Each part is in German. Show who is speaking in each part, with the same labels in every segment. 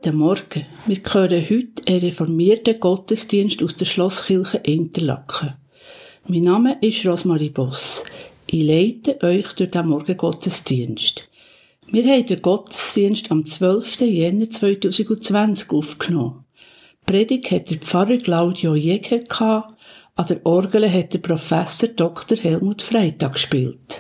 Speaker 1: Guten Morgen. Wir hören heute einen reformierten Gottesdienst aus der Schlosskirche Interlaken. Mein Name ist Rosmarie Boss. Ich leite euch durch den Morgengottesdienst. Wir haben den Gottesdienst am 12. Jänner 2020 aufgenommen. Die Predigt hat der Pfarrer Claudio Jäger gehabt, an der Orgel hat der Professor Dr. Helmut Freitag gespielt.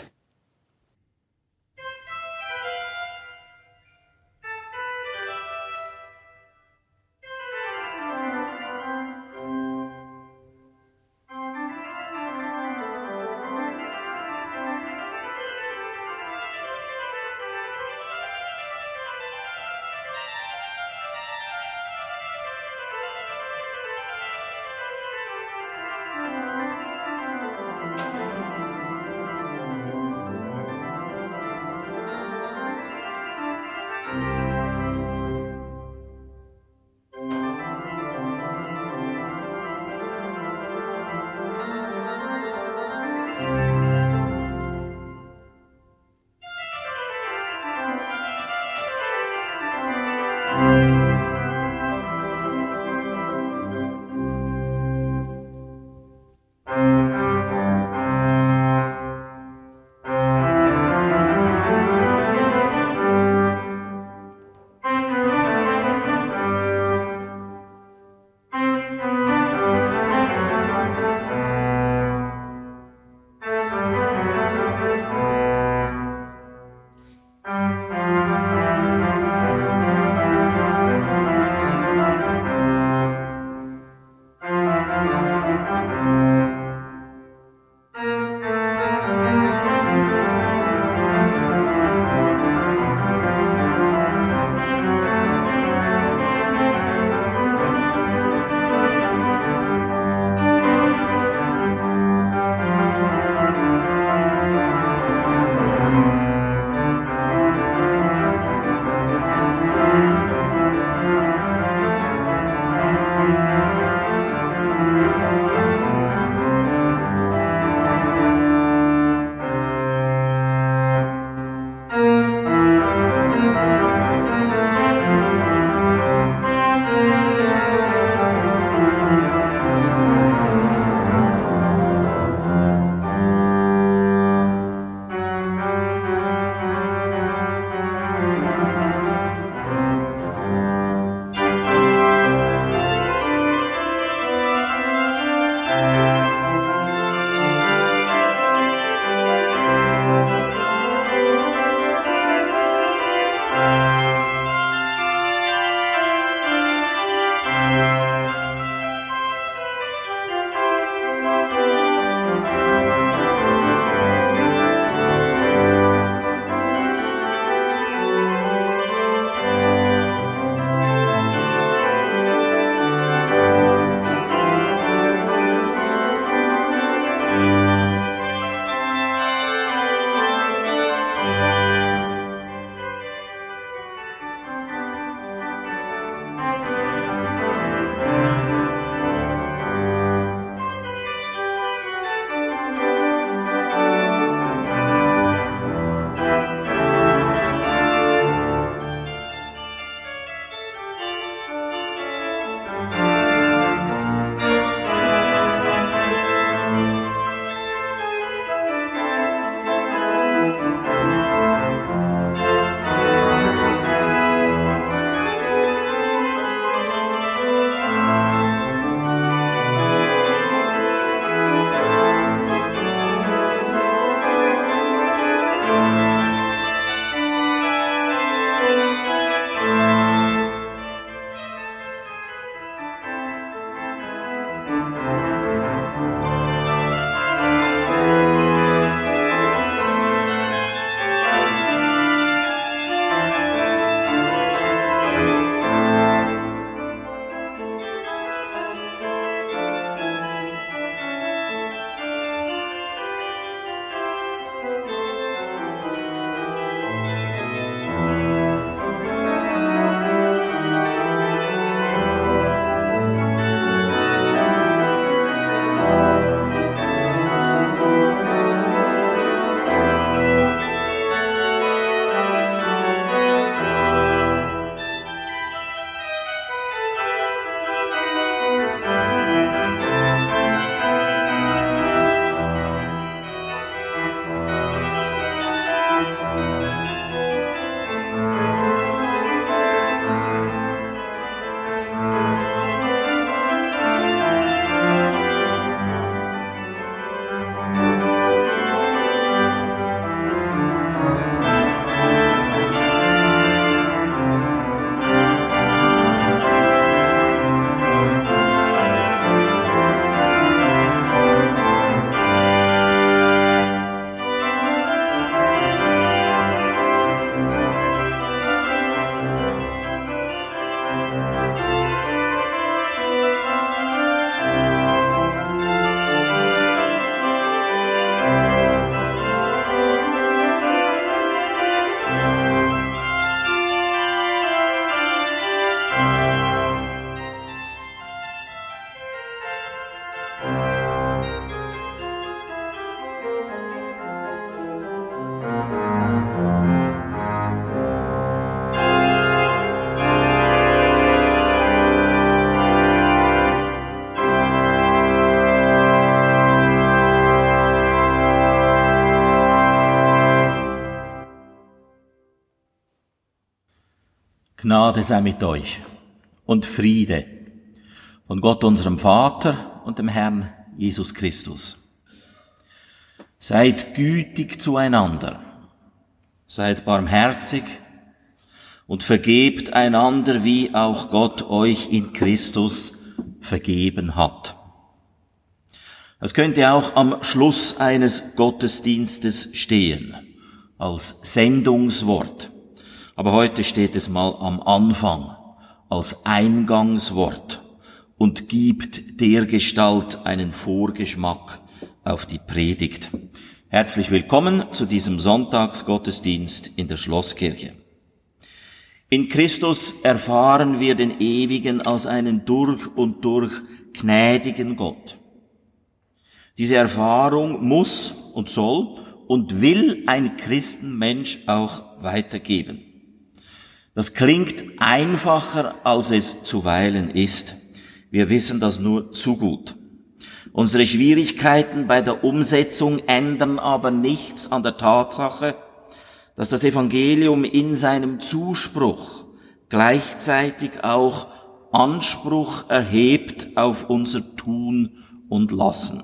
Speaker 2: Gnade sei mit euch und Friede von Gott unserem Vater und dem Herrn Jesus Christus. Seid gütig zueinander, seid barmherzig und vergebt einander, wie auch Gott euch in Christus vergeben hat. Es könnte auch am Schluss eines Gottesdienstes stehen, als Sendungswort. Aber heute steht es mal am Anfang, als Eingangswort und gibt dergestalt einen Vorgeschmack auf die Predigt. Herzlich willkommen zu diesem Sonntagsgottesdienst in der Schlosskirche. In Christus erfahren wir den Ewigen als einen durch und durch gnädigen Gott. Diese Erfahrung muss und soll und will ein Christenmensch auch weitergeben. Das klingt einfacher, als es zuweilen ist. Wir wissen das nur zu gut. Unsere Schwierigkeiten bei der Umsetzung ändern aber nichts an der Tatsache, dass das Evangelium in seinem Zuspruch gleichzeitig auch Anspruch erhebt auf unser Tun und Lassen.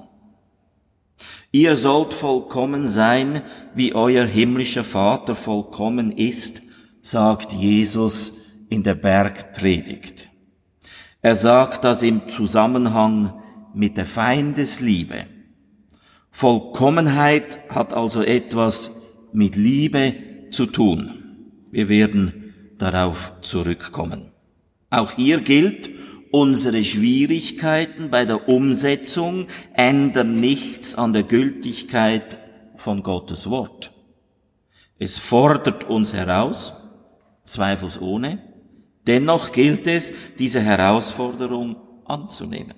Speaker 2: Ihr sollt vollkommen sein, wie euer himmlischer Vater vollkommen ist, sagt Jesus in der Bergpredigt. Er sagt das im Zusammenhang mit der Feindesliebe. Vollkommenheit hat also etwas mit Liebe zu tun. Wir werden darauf zurückkommen. Auch hier gilt, unsere Schwierigkeiten bei der Umsetzung ändern nichts an der Gültigkeit von Gottes Wort. Es fordert uns heraus, zweifelsohne. Dennoch gilt es, diese Herausforderung anzunehmen.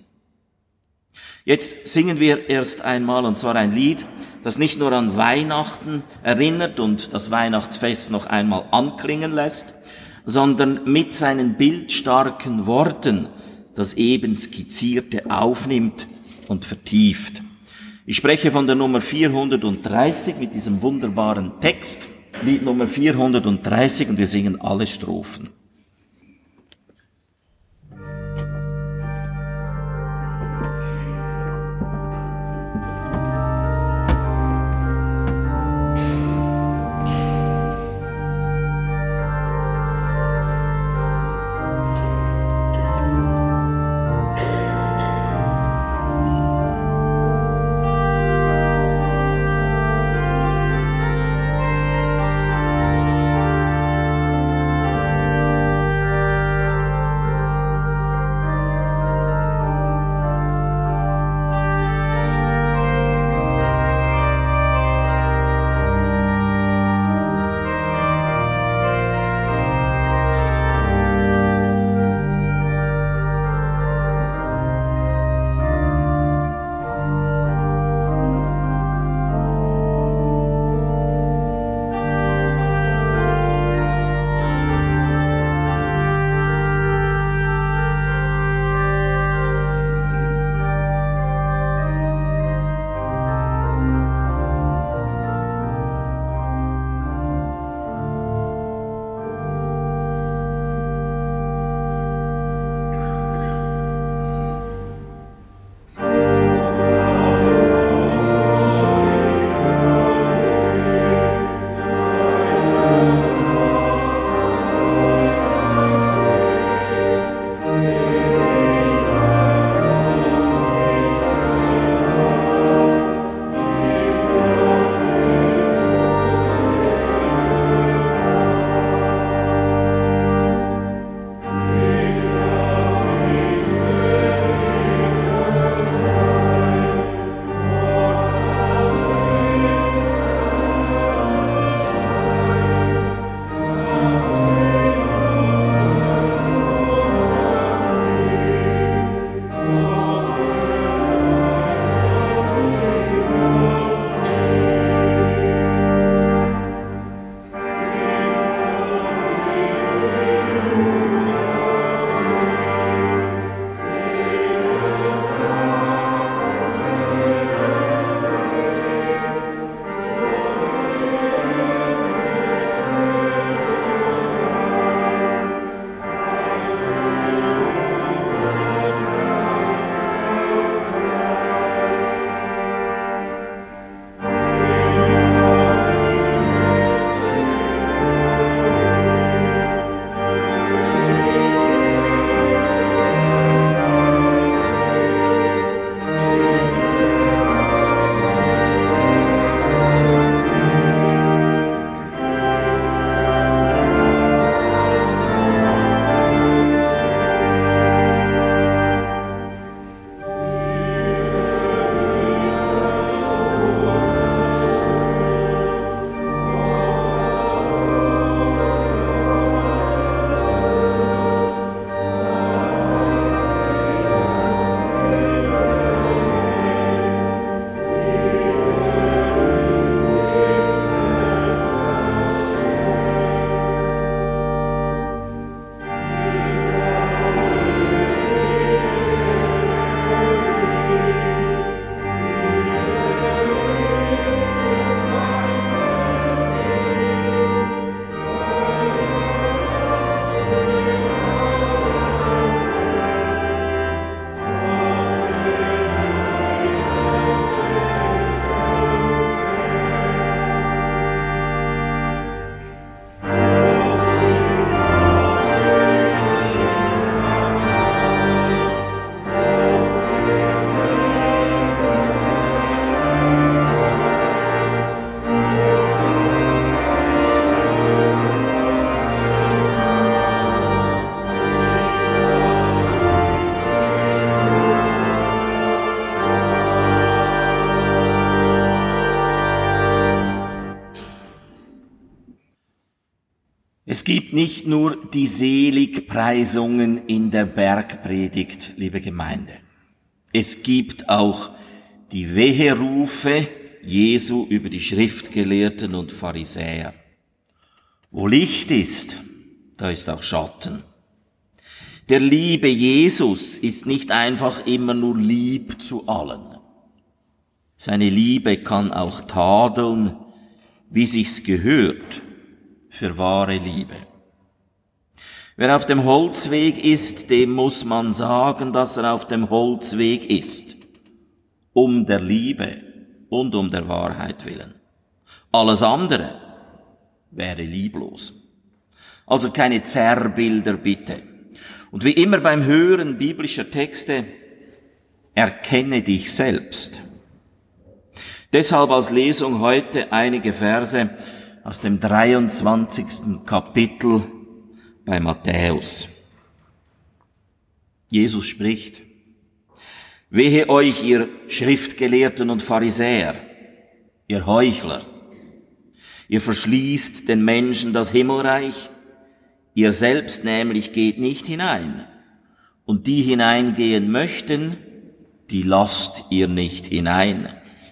Speaker 2: Jetzt singen wir erst einmal, und zwar ein Lied, das nicht nur an Weihnachten erinnert und das Weihnachtsfest noch einmal anklingen lässt, sondern mit seinen bildstarken Worten das eben Skizzierte aufnimmt und vertieft. Ich spreche von der Nummer 430 mit diesem wunderbaren Text, Lied Nummer 430, und wir singen alle Strophen. Es gibt nicht nur die Seligpreisungen in der Bergpredigt, liebe Gemeinde. Es gibt auch die Weherufe Jesu über die Schriftgelehrten und Pharisäer. Wo Licht ist, da ist auch Schatten. Der liebe Jesus ist nicht einfach immer nur lieb zu allen. Seine Liebe kann auch tadeln, wie sich's gehört für wahre Liebe. Wer auf dem Holzweg ist, dem muss man sagen, dass er auf dem Holzweg ist, um der Liebe und um der Wahrheit willen. Alles andere wäre lieblos. Also keine Zerrbilder bitte. Und wie immer beim Hören biblischer Texte, erkenne dich selbst. Deshalb als Lesung heute einige Verse aus dem 23. Kapitel bei Matthäus. Jesus spricht: Wehe euch, ihr Schriftgelehrten und Pharisäer, ihr Heuchler! Ihr verschließt den Menschen das Himmelreich, ihr selbst nämlich geht nicht hinein, und die hineingehen möchten, die lasst ihr nicht hinein.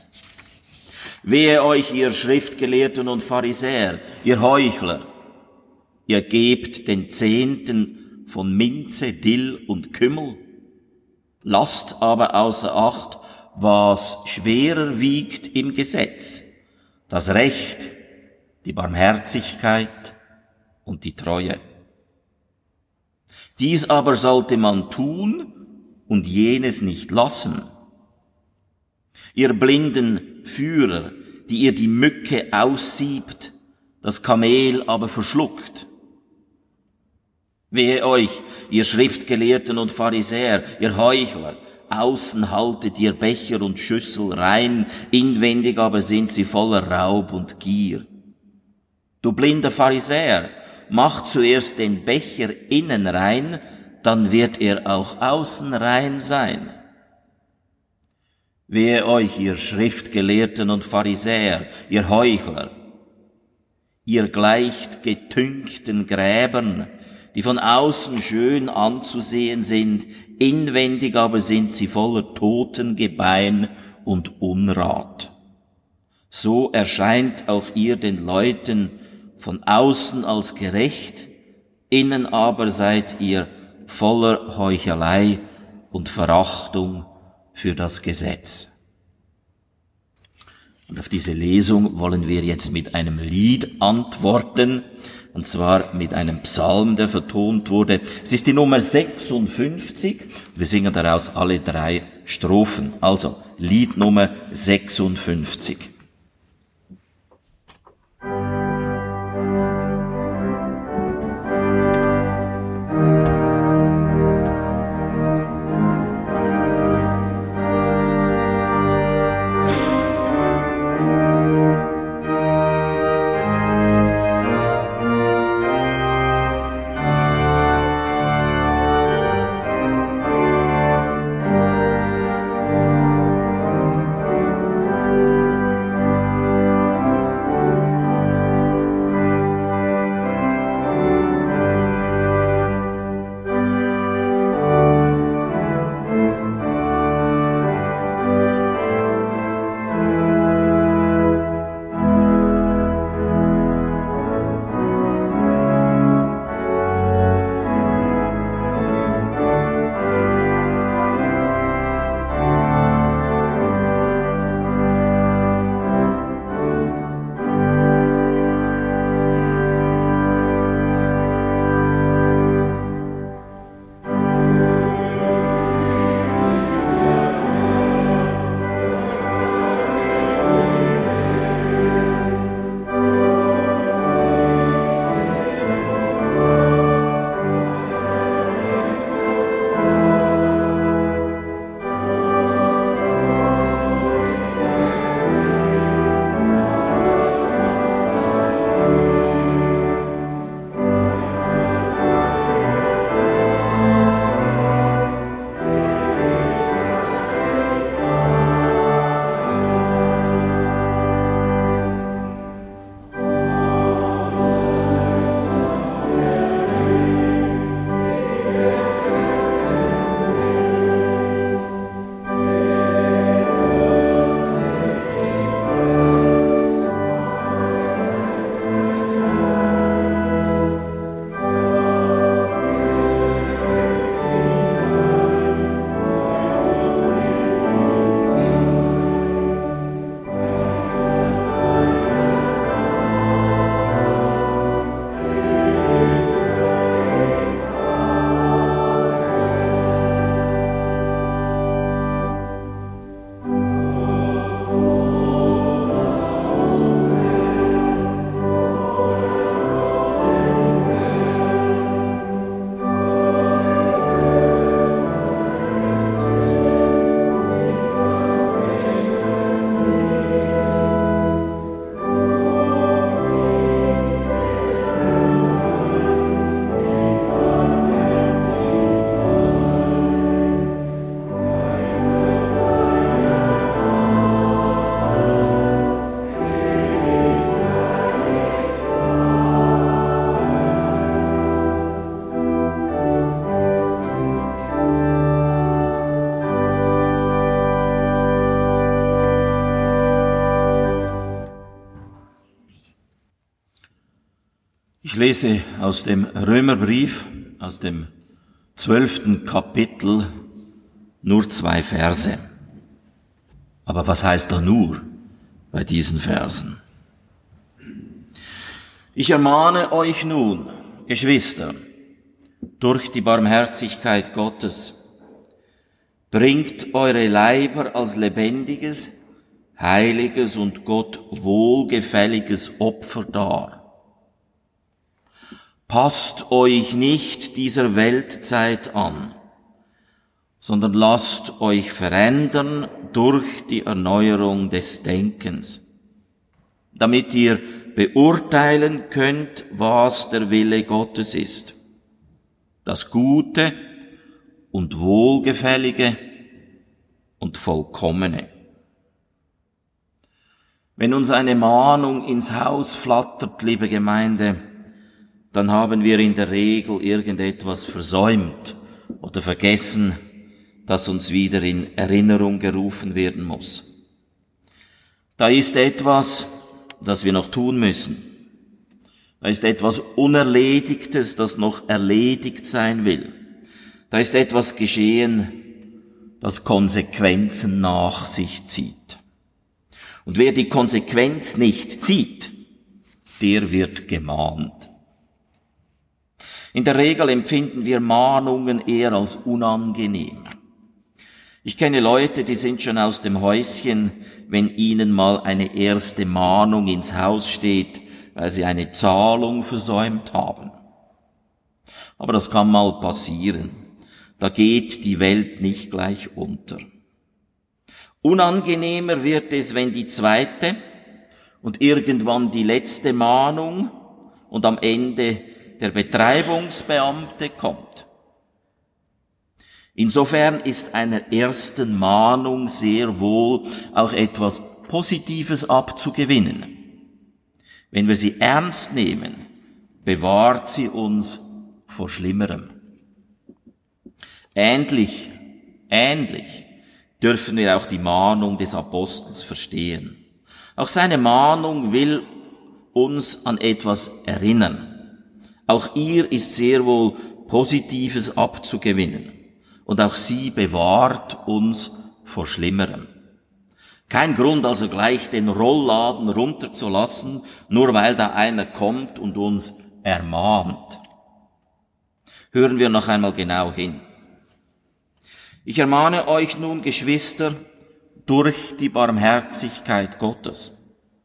Speaker 2: Wehe euch, ihr Schriftgelehrten und Pharisäer, ihr Heuchler! Ihr gebt den Zehnten von Minze, Dill und Kümmel, lasst aber außer Acht, was schwerer wiegt im Gesetz, das Recht, die Barmherzigkeit und die Treue. Dies aber sollte man tun und jenes nicht lassen. Ihr blinden Führer, die ihr die Mücke aussiebt, das Kamel aber verschluckt. Wehe euch, ihr Schriftgelehrten und Pharisäer, ihr Heuchler! Außen haltet ihr Becher und Schüssel rein, inwendig aber sind sie voller Raub und Gier. Du blinder Pharisäer, mach zuerst den Becher innen rein, dann wird er auch außen rein sein. Wehe euch, ihr Schriftgelehrten und Pharisäer, ihr Heuchler! Ihr gleicht getünkten Gräbern, die von außen schön anzusehen sind, inwendig aber sind sie voller Totengebein und Unrat. So erscheint auch ihr den Leuten von außen als gerecht, innen aber seid ihr voller Heuchelei und Verachtung für das Gesetz. Und auf diese Lesung wollen wir jetzt mit einem Lied antworten, und zwar mit einem Psalm, der vertont wurde. Es ist die Nummer 56. Wir singen daraus alle 3 Strophen. Also, Lied Nummer 56. Ich lese aus dem Römerbrief, aus dem 12. Kapitel, nur 2 Verse. Aber was heißt da nur bei diesen Versen? Ich ermahne euch nun, Geschwister, durch die Barmherzigkeit Gottes, bringt eure Leiber als lebendiges, heiliges und Gott wohlgefälliges Opfer dar. Passt euch nicht dieser Weltzeit an, sondern lasst euch verändern durch die Erneuerung des Denkens, damit ihr beurteilen könnt, was der Wille Gottes ist, das Gute und Wohlgefällige und Vollkommene. Wenn uns eine Mahnung ins Haus flattert, liebe Gemeinde, dann haben wir in der Regel irgendetwas versäumt oder vergessen, das uns wieder in Erinnerung gerufen werden muss. Da ist etwas, das wir noch tun müssen. Da ist etwas Unerledigtes, das noch erledigt sein will. Da ist etwas geschehen, das Konsequenzen nach sich zieht. Und wer die Konsequenz nicht zieht, der wird gemahnt. In der Regel empfinden wir Mahnungen eher als unangenehm. Ich kenne Leute, die sind schon aus dem Häuschen, wenn ihnen mal eine erste Mahnung ins Haus steht, weil sie eine Zahlung versäumt haben. Aber das kann mal passieren. Da geht die Welt nicht gleich unter. Unangenehmer wird es, wenn die zweite und irgendwann die letzte Mahnung und am Ende der Betreibungsbeamte kommt. Insofern ist einer ersten Mahnung sehr wohl auch etwas Positives abzugewinnen. Wenn wir sie ernst nehmen, bewahrt sie uns vor Schlimmerem. Ähnlich dürfen wir auch die Mahnung des Apostels verstehen. Auch seine Mahnung will uns an etwas erinnern. Auch ihr ist sehr wohl Positives abzugewinnen. Und auch sie bewahrt uns vor Schlimmerem. Kein Grund also gleich den Rollladen runterzulassen, nur weil da einer kommt und uns ermahnt. Hören wir noch einmal genau hin. Ich ermahne euch nun, Geschwister, durch die Barmherzigkeit Gottes.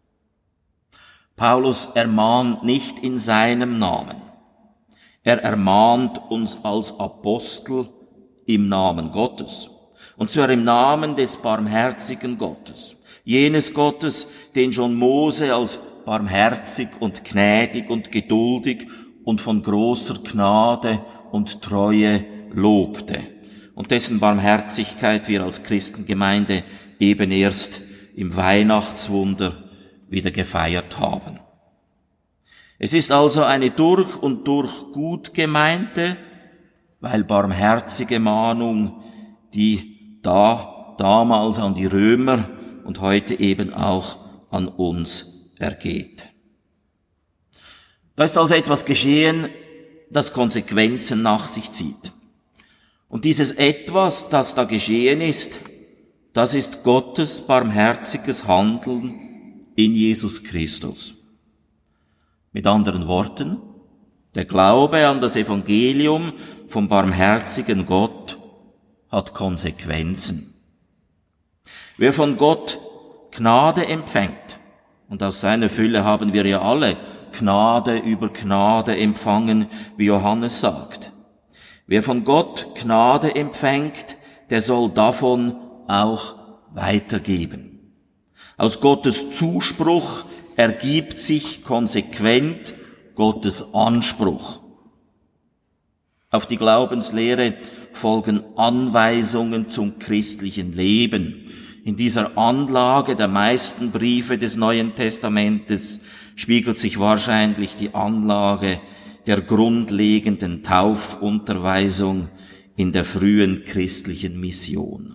Speaker 2: Paulus ermahnt nicht in seinem Namen. Er ermahnt uns als Apostel im Namen Gottes. Und zwar im Namen des barmherzigen Gottes. Jenes Gottes, den schon Mose als barmherzig und gnädig und geduldig und von großer Gnade und Treue lobte. Und dessen Barmherzigkeit wir als Christengemeinde eben erst im Weihnachtswunder wieder gefeiert haben. Es ist also eine durch und durch gut gemeinte, weil barmherzige Mahnung, die damals an die Römer und heute eben auch an uns ergeht. Da ist also etwas geschehen, das Konsequenzen nach sich zieht. Und dieses Etwas, das da geschehen ist, das ist Gottes barmherziges Handeln in Jesus Christus. Mit anderen Worten, der Glaube an das Evangelium vom barmherzigen Gott hat Konsequenzen. Wer von Gott Gnade empfängt, und aus seiner Fülle haben wir ja alle Gnade über Gnade empfangen, wie Johannes sagt. Wer von Gott Gnade empfängt, der soll davon auch weitergeben. Aus Gottes Zuspruch ergibt sich konsequent Gottes Anspruch. Auf die Glaubenslehre folgen Anweisungen zum christlichen Leben. In dieser Anlage der meisten Briefe des Neuen Testamentes spiegelt sich wahrscheinlich die Anlage der grundlegenden Taufunterweisung in der frühen christlichen Mission.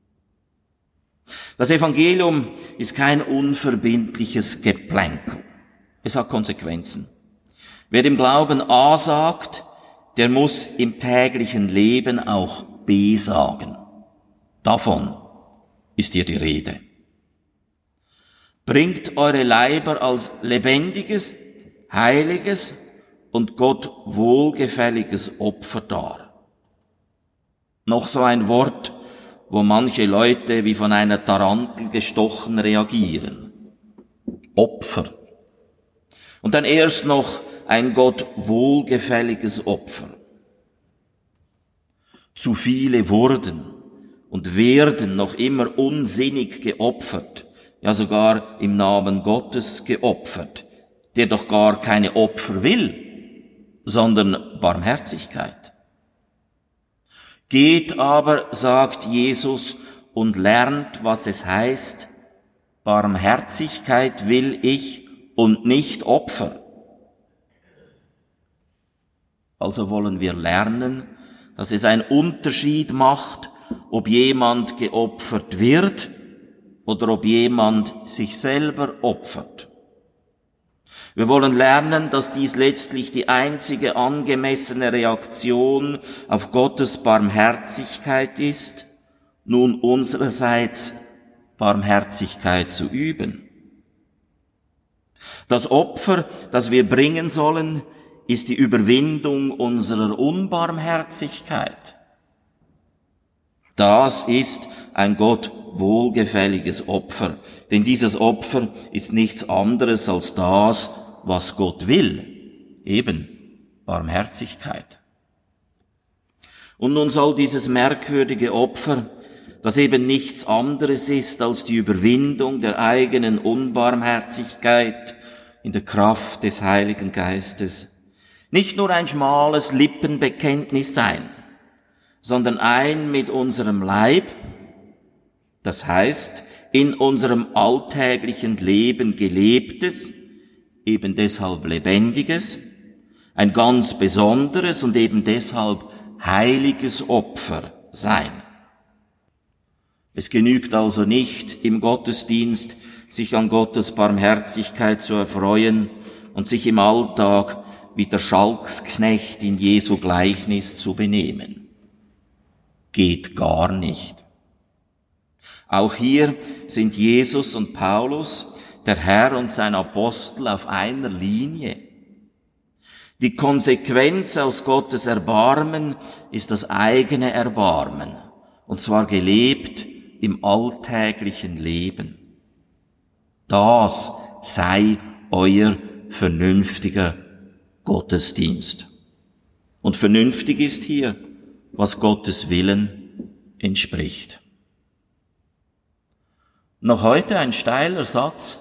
Speaker 2: Das Evangelium ist kein unverbindliches Geplänkel. Es hat Konsequenzen. Wer im Glauben A sagt, der muss im täglichen Leben auch B sagen. Davon ist hier die Rede. Bringt eure Leiber als lebendiges, heiliges und Gott wohlgefälliges Opfer dar. Noch so ein Wort, wo manche Leute wie von einer Tarantel gestochen reagieren. Opfer. Und dann erst noch ein Gott wohlgefälliges Opfer. Zu viele wurden und werden noch immer unsinnig geopfert, ja sogar im Namen Gottes geopfert, der doch gar keine Opfer will, sondern Barmherzigkeit. Geht aber, sagt Jesus, und lernt, was es heißt, Barmherzigkeit will ich und nicht Opfer. Also wollen wir lernen, dass es einen Unterschied macht, ob jemand geopfert wird oder ob jemand sich selber opfert. Wir wollen lernen, dass dies letztlich die einzige angemessene Reaktion auf Gottes Barmherzigkeit ist, nun unsererseits Barmherzigkeit zu üben. Das Opfer, das wir bringen sollen, ist die Überwindung unserer Unbarmherzigkeit. Das ist ein Gott wohlgefälliges Opfer, denn dieses Opfer ist nichts anderes als das, was Gott will, eben Barmherzigkeit. Und nun soll dieses merkwürdige Opfer, das eben nichts anderes ist als die Überwindung der eigenen Unbarmherzigkeit in der Kraft des Heiligen Geistes, nicht nur ein schmales Lippenbekenntnis sein, sondern ein mit unserem Leib, das heißt, in unserem alltäglichen Leben gelebtes, eben deshalb lebendiges, ein ganz besonderes und eben deshalb heiliges Opfer sein. Es genügt also nicht, im Gottesdienst sich an Gottes Barmherzigkeit zu erfreuen und sich im Alltag wie der Schalksknecht in Jesu Gleichnis zu benehmen. Geht gar nicht. Auch hier sind Jesus und Paulus, der Herr und sein Apostel auf einer Linie. Die Konsequenz aus Gottes Erbarmen ist das eigene Erbarmen, und zwar gelebt im alltäglichen Leben. Das sei euer vernünftiger Gottesdienst. Und vernünftig ist hier, was Gottes Willen entspricht. Noch heute ein steiler Satz.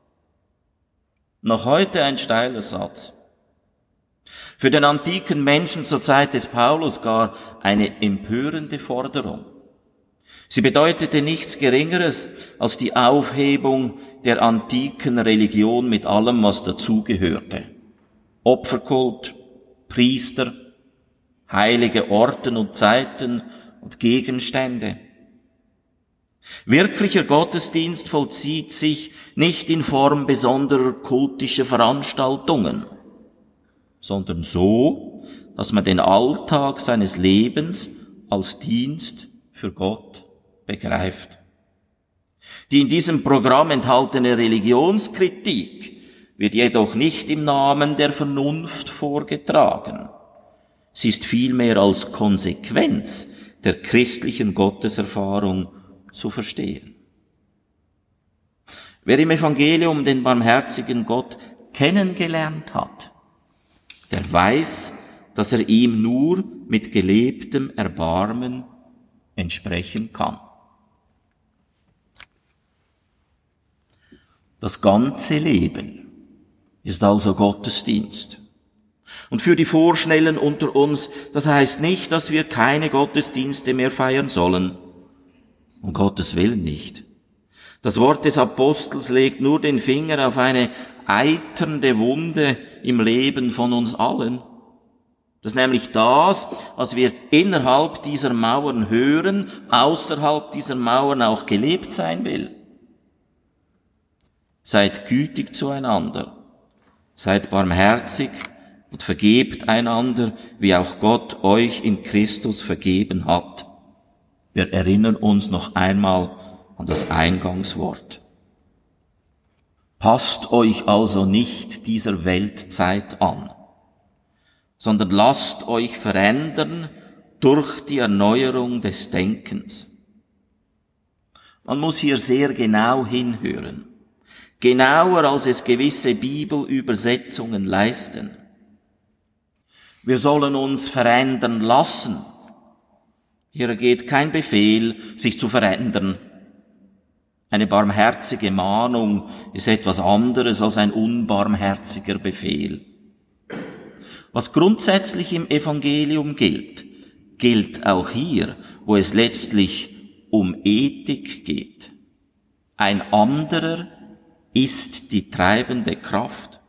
Speaker 2: Noch heute ein steiler Satz. Für den antiken Menschen zur Zeit des Paulus gar eine empörende Forderung. Sie bedeutete nichts Geringeres als die Aufhebung der antiken Religion mit allem, was dazugehörte. Opferkult, Priester, heilige Orten und Zeiten und Gegenstände. Wirklicher Gottesdienst vollzieht sich nicht in Form besonderer kultischer Veranstaltungen, sondern so, dass man den Alltag seines Lebens als Dienst für Gott begreift. Die in diesem Programm enthaltene Religionskritik wird jedoch nicht im Namen der Vernunft vorgetragen. Sie ist vielmehr als Konsequenz der christlichen Gotteserfahrung zu verstehen. Wer im Evangelium den barmherzigen Gott kennengelernt hat, der weiß, dass er ihm nur mit gelebtem Erbarmen entsprechen kann. Das ganze Leben ist also Gottesdienst. Und für die Vorschnellen unter uns, das heißt nicht, dass wir keine Gottesdienste mehr feiern sollen. Um Gottes Willen nicht. Das Wort des Apostels legt nur den Finger auf eine eiternde Wunde im Leben von uns allen. Das ist nämlich das, was wir innerhalb dieser Mauern hören, außerhalb dieser Mauern auch gelebt sein will. Seid gütig zueinander, seid barmherzig, und vergebt einander, wie auch Gott euch in Christus vergeben hat. Wir erinnern uns noch einmal an das Eingangswort. Passt euch also nicht dieser Weltzeit an, sondern lasst euch verändern durch die Erneuerung des Denkens. Man muss hier sehr genau hinhören, genauer als es gewisse Bibelübersetzungen leisten. Wir sollen uns verändern lassen. Hier geht kein Befehl, sich zu verändern. Eine barmherzige Mahnung ist etwas anderes als ein unbarmherziger Befehl. Was grundsätzlich im Evangelium gilt, gilt auch hier, wo es letztlich um Ethik geht. Ein anderer ist die treibende Kraft.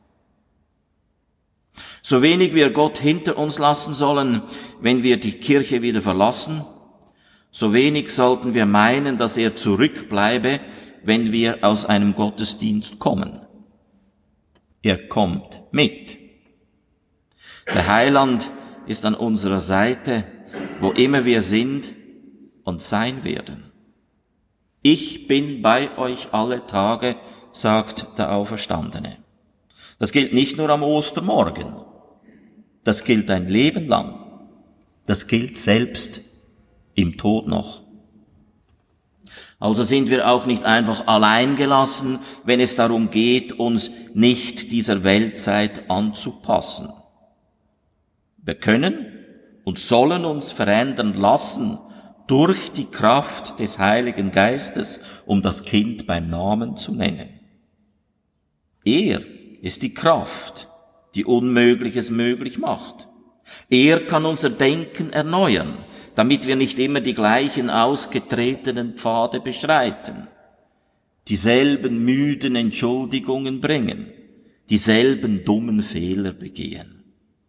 Speaker 2: So wenig wir Gott hinter uns lassen sollen, wenn wir die Kirche wieder verlassen, so wenig sollten wir meinen, dass er zurückbleibe, wenn wir aus einem Gottesdienst kommen. Er kommt mit. Der Heiland ist an unserer Seite, wo immer wir sind und sein werden. Ich bin bei euch alle Tage, sagt der Auferstandene. Das gilt nicht nur am Ostermorgen. Das gilt ein Leben lang. Das gilt selbst im Tod noch. Also sind wir auch nicht einfach allein gelassen, wenn es darum geht, uns nicht dieser Weltzeit anzupassen. Wir können und sollen uns verändern lassen durch die Kraft des Heiligen Geistes, um das Kind beim Namen zu nennen. Er ist die Kraft, die Unmögliches möglich macht. Er kann unser Denken erneuern, damit wir nicht immer die gleichen ausgetretenen Pfade beschreiten, dieselben müden Entschuldigungen bringen, dieselben dummen Fehler begehen.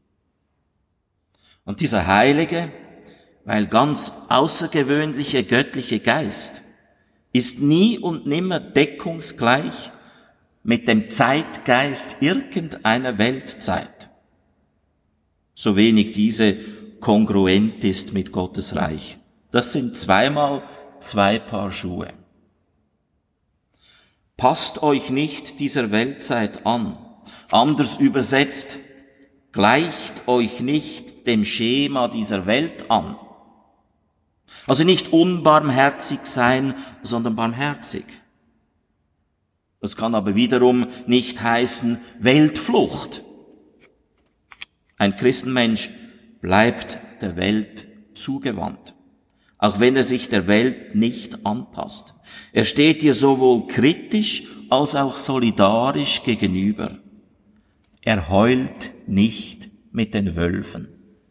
Speaker 2: Und dieser heilige, weil ganz außergewöhnliche göttliche Geist ist nie und nimmer deckungsgleich mit dem Zeitgeist irgendeiner Weltzeit, so wenig diese kongruent ist mit Gottes Reich. Das sind zweimal zwei Paar Schuhe. Passt euch nicht dieser Weltzeit an. Anders übersetzt, gleicht euch nicht dem Schema dieser Welt an. Also nicht unbarmherzig sein, sondern barmherzig. Das kann aber wiederum nicht heißen Weltflucht. Ein Christenmensch bleibt der Welt zugewandt, auch wenn er sich der Welt nicht anpasst. Er steht ihr sowohl kritisch als auch solidarisch gegenüber. Er heult nicht mit den Wölfen.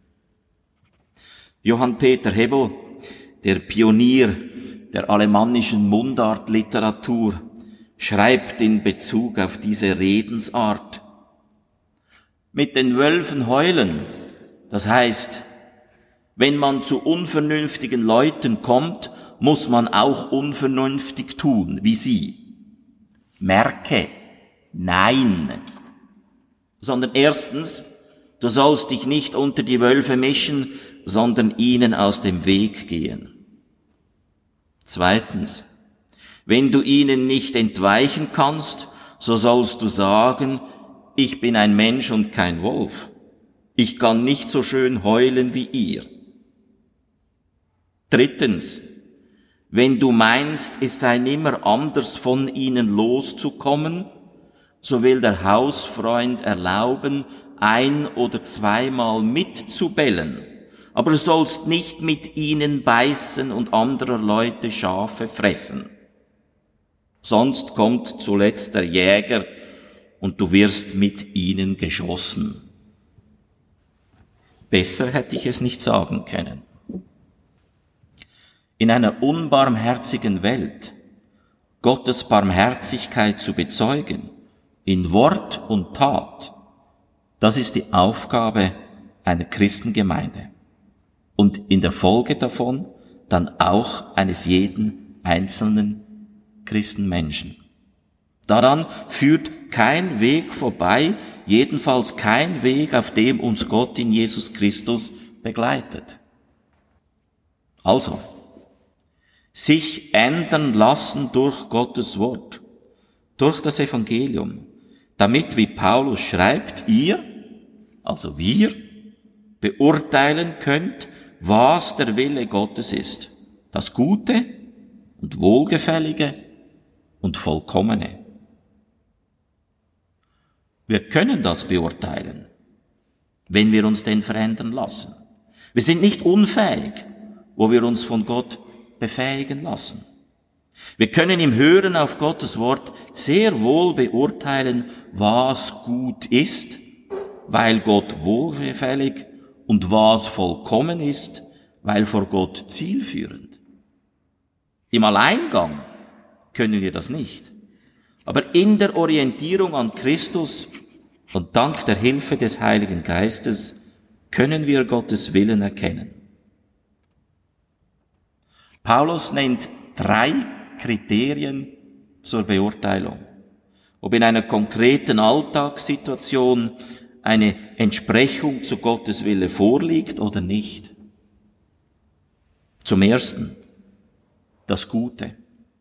Speaker 2: Johann Peter Hebel, der Pionier der alemannischen Mundartliteratur, schreibt in Bezug auf diese Redensart: Mit den Wölfen heulen, das heißt, wenn man zu unvernünftigen Leuten kommt, muss man auch unvernünftig tun, wie sie. Merke, nein. Sondern erstens, du sollst dich nicht unter die Wölfe mischen, sondern ihnen aus dem Weg gehen. Zweitens, wenn du ihnen nicht entweichen kannst, so sollst du sagen, ich bin ein Mensch und kein Wolf. Ich kann nicht so schön heulen wie ihr. Drittens, wenn du meinst, es sei nimmer anders von ihnen loszukommen, so will der Hausfreund erlauben, ein- oder zweimal mitzubellen, aber du sollst nicht mit ihnen beißen und anderer Leute Schafe fressen. Sonst kommt zuletzt der Jäger und du wirst mit ihnen geschossen. Besser hätte ich es nicht sagen können. In einer unbarmherzigen Welt Gottes Barmherzigkeit zu bezeugen, in Wort und Tat, das ist die Aufgabe einer Christengemeinde und in der Folge davon dann auch eines jeden einzelnen Christenmenschen. Daran führt kein Weg vorbei, jedenfalls kein Weg, auf dem uns Gott in Jesus Christus begleitet. Also, sich ändern lassen durch Gottes Wort, durch das Evangelium, damit, wie Paulus schreibt, ihr, also wir, beurteilen könnt, was der Wille Gottes ist, das Gute und Wohlgefällige und Vollkommene. Wir können das beurteilen, wenn wir uns denn verändern lassen. Wir sind nicht unfähig, wo wir uns von Gott befähigen lassen. Wir können im Hören auf Gottes Wort sehr wohl beurteilen, was gut ist, weil Gott wohlgefällig, und was vollkommen ist, weil vor Gott zielführend. Im Alleingang können wir das nicht. Aber in der Orientierung an Christus und dank der Hilfe des Heiligen Geistes können wir Gottes Willen erkennen. Paulus nennt 3 Kriterien zur Beurteilung, ob in einer konkreten Alltagssituation eine Entsprechung zu Gottes Wille vorliegt oder nicht. Zum Ersten, das Gute.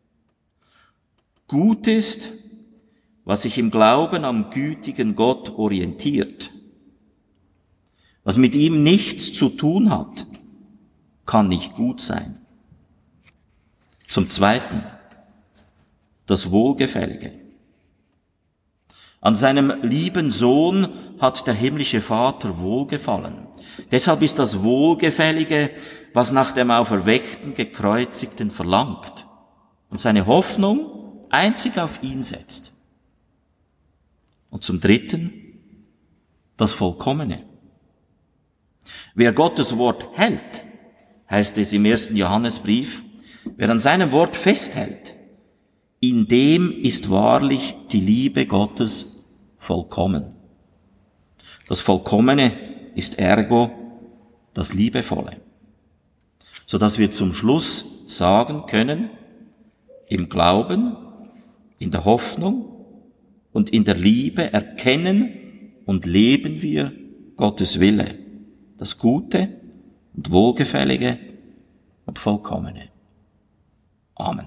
Speaker 2: Gut ist, was sich im Glauben am gütigen Gott orientiert. Was mit ihm nichts zu tun hat, kann nicht gut sein. Zum Zweiten, das Wohlgefällige. An seinem lieben Sohn hat der himmlische Vater wohlgefallen. Deshalb ist das Wohlgefällige, was nach dem auferweckten Gekreuzigten verlangt und seine Hoffnung einzig auf ihn setzt. Und zum Dritten, das Vollkommene. Wer Gottes Wort hält, heißt es im 1. Johannesbrief, wer an seinem Wort festhält, in dem ist wahrlich die Liebe Gottes vollkommen. Das Vollkommene ist ergo das Liebevolle. Sodass wir zum Schluss sagen können, im Glauben, in der Hoffnung und in der Liebe erkennen und leben wir Gottes Wille, das Gute und Wohlgefällige und Vollkommene. Amen.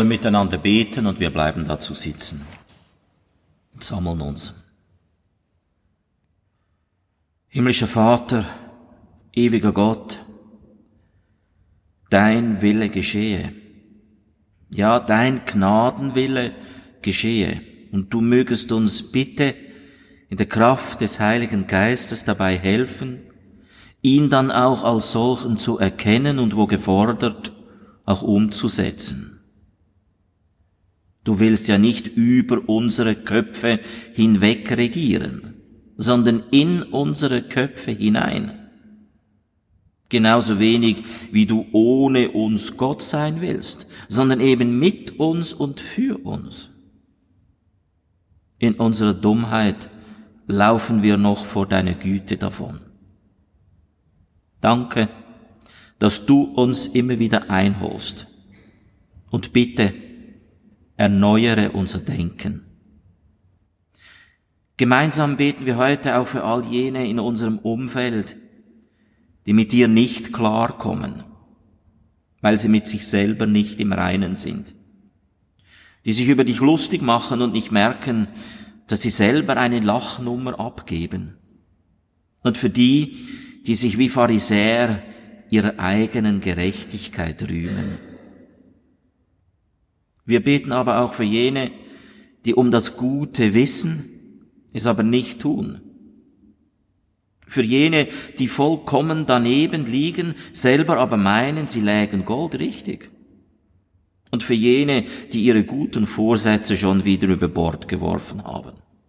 Speaker 2: wollen miteinander beten und wir bleiben dazu sitzen und sammeln uns. Himmlischer Vater, ewiger Gott, dein Wille geschehe. Ja, dein Gnadenwille geschehe. Und du mögest uns bitte in der Kraft des Heiligen Geistes dabei helfen, ihn dann auch als solchen zu erkennen und wo gefordert, auch umzusetzen. Du willst ja nicht über unsere Köpfe hinweg regieren, sondern in unsere Köpfe hinein. Genauso wenig, wie du ohne uns Gott sein willst, sondern eben mit uns und für uns. In unserer Dummheit laufen wir noch vor deiner Güte davon. Danke, dass du uns immer wieder einholst. Und bitte, erneuere unser Denken. Gemeinsam beten wir heute auch für all jene in unserem Umfeld, die mit dir nicht klarkommen, weil sie mit sich selber nicht im Reinen sind, die sich über dich lustig machen und nicht merken, dass sie selber eine Lachnummer abgeben, und für die, die sich wie Pharisäer ihrer eigenen Gerechtigkeit rühmen. Wir beten aber auch für jene, die um das Gute wissen, es aber nicht tun. Für jene, die vollkommen daneben liegen, selber aber meinen, sie lägen goldrichtig. Und für jene, die ihre guten Vorsätze schon wieder über Bord geworfen haben.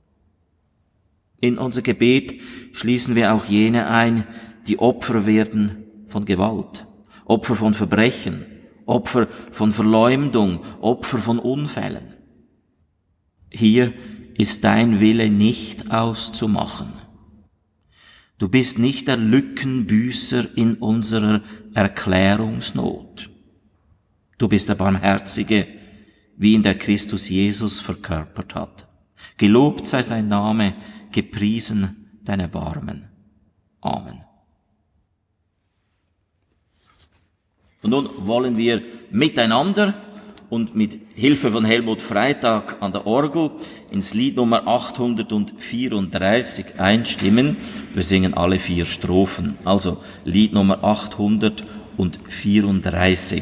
Speaker 2: In unser Gebet schließen wir auch jene ein, die Opfer werden von Gewalt, Opfer von Verbrechen, Opfer von Verleumdung, Opfer von Unfällen. Hier ist dein Wille nicht auszumachen. Du bist nicht der Lückenbüßer in unserer Erklärungsnot. Du bist der Barmherzige, wie ihn der Christus Jesus verkörpert hat. Gelobt sei sein Name, gepriesen dein Erbarmen. Amen. Und nun wollen wir miteinander und mit Hilfe von Helmut Freitag an der Orgel ins Lied Nummer 834 einstimmen. Wir singen alle 4 Strophen. Also Lied Nummer 834.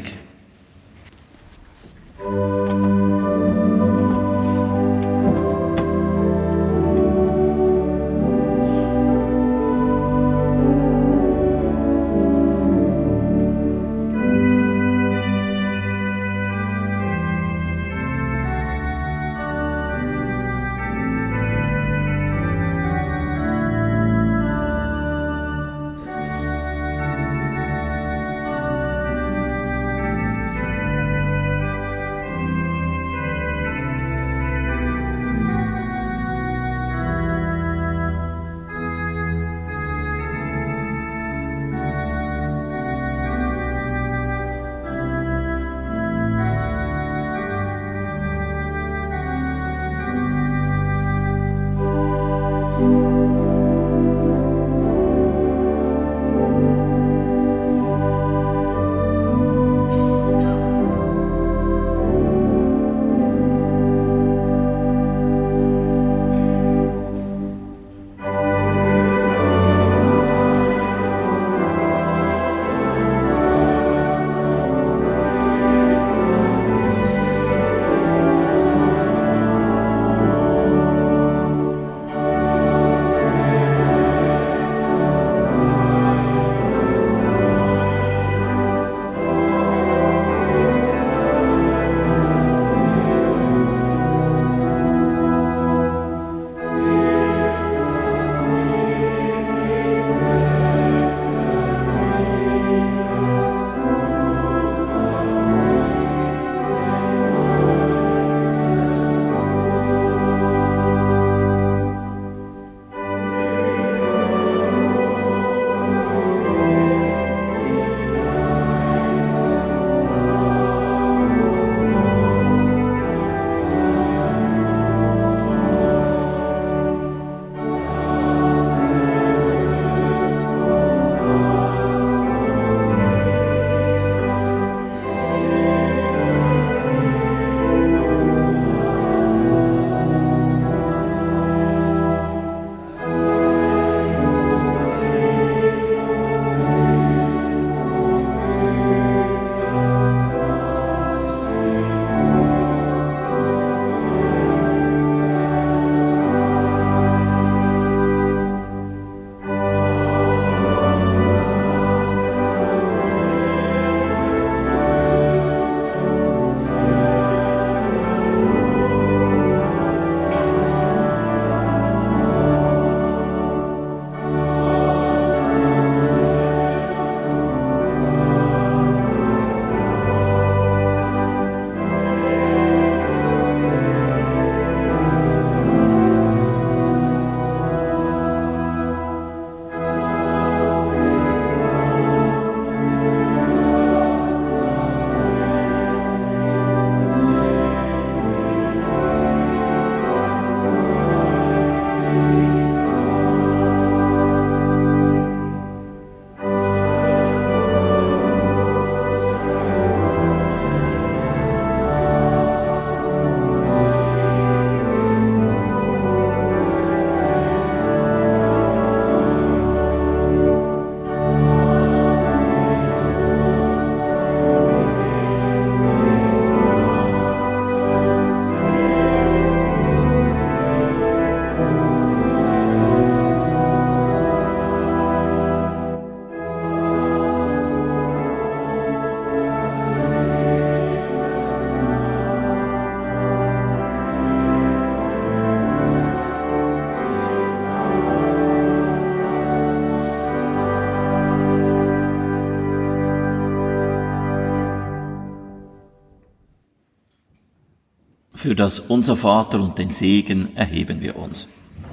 Speaker 2: Für das Unser Vater und den Segen erheben wir uns.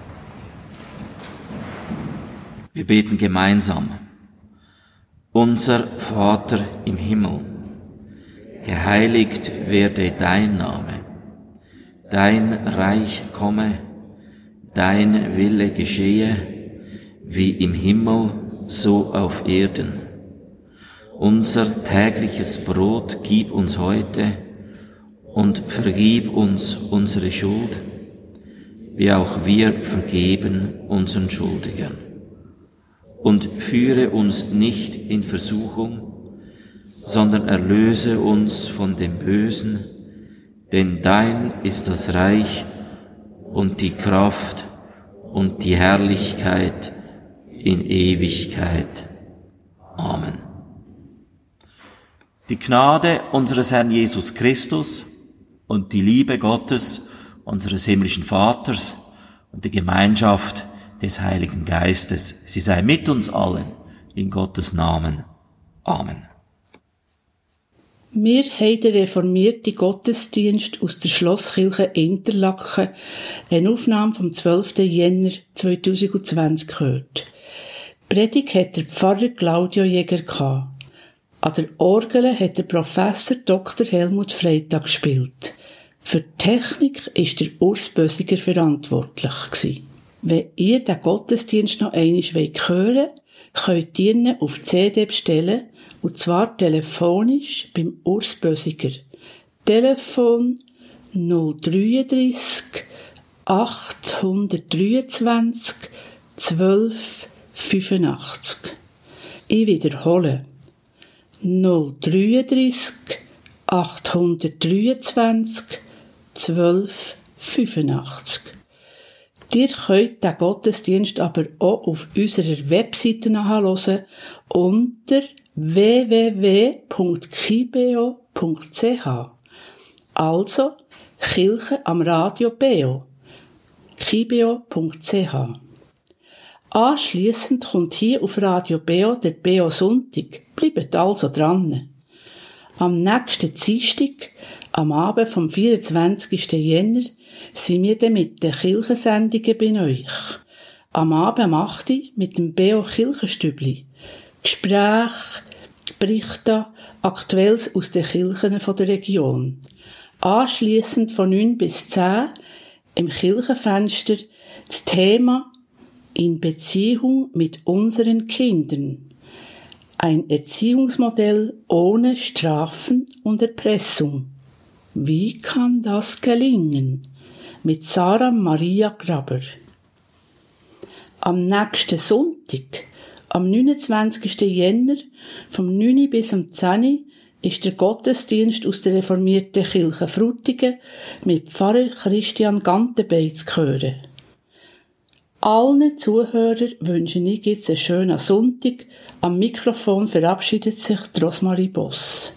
Speaker 2: Wir beten gemeinsam. Unser Vater im Himmel, geheiligt werde dein Name, dein Reich komme, dein Wille geschehe, wie im Himmel, so auf Erden. Unser tägliches Brot gib uns heute und vergib uns unsere Schuld, wie auch wir vergeben unseren Schuldigern. Und führe uns nicht in Versuchung, sondern erlöse uns von dem Bösen, denn dein ist das Reich und die Kraft und die Herrlichkeit in Ewigkeit. Amen. Die Gnade unseres Herrn Jesus Christus und die Liebe Gottes, unseres himmlischen Vaters und die Gemeinschaft des Heiligen Geistes, sie sei mit uns allen, in Gottes Namen. Amen.
Speaker 1: Wir haben den reformierten Gottesdienst aus der Schlosskirche Interlaken, eine Aufnahme vom 12. Jänner 2020 gehört. Die Predigt hat der Pfarrer Claudio Jäger gehabt. An der Orgel hat der Professor Dr. Helmut Freitag gespielt. Für die Technik war der Urs Bösiger verantwortlich gewesen. Wenn ihr den Gottesdienst noch einmal hören wollt, könnt ihr ihn auf CD bestellen, und zwar telefonisch beim Urs Bösiger. Telefon 033 823 12 85. Ich wiederhole. 033 823 12 85. Ihr könnt den Gottesdienst aber auch auf unserer Webseite nachhören unter www.kibeo.ch. Also Kirche am Radio Beo. kibeo.ch. Anschliessend kommt hier auf Radio Beo der Beo Sonntag. Bleibt also dran. Am nächsten Dienstag, am Abend vom 24. Jänner, sind wir dann mit den Kirchensendungen bei euch. Am Abend um 8 Uhr mit dem Beo Kirchenstübli. Gespräche, Berichte, Aktuelles aus den Kirchen der Region. Anschliessend von 9 bis 10 im Kirchenfenster das Thema in Beziehung mit unseren Kindern. Ein Erziehungsmodell ohne Strafen und Erpressung. Wie kann das gelingen? Mit Sarah Maria Graber. Am nächsten Sonntag, am 29. Jänner, vom 9 bis am 10 ist der Gottesdienst aus der reformierten Kirche Frutigen mit Pfarrer Christian Gantenbein zu hören. Allen Zuhörern wünsche ich jetzt einen schönen Sonntag. Am Mikrofon verabschiedet sich Rosmarie Boss.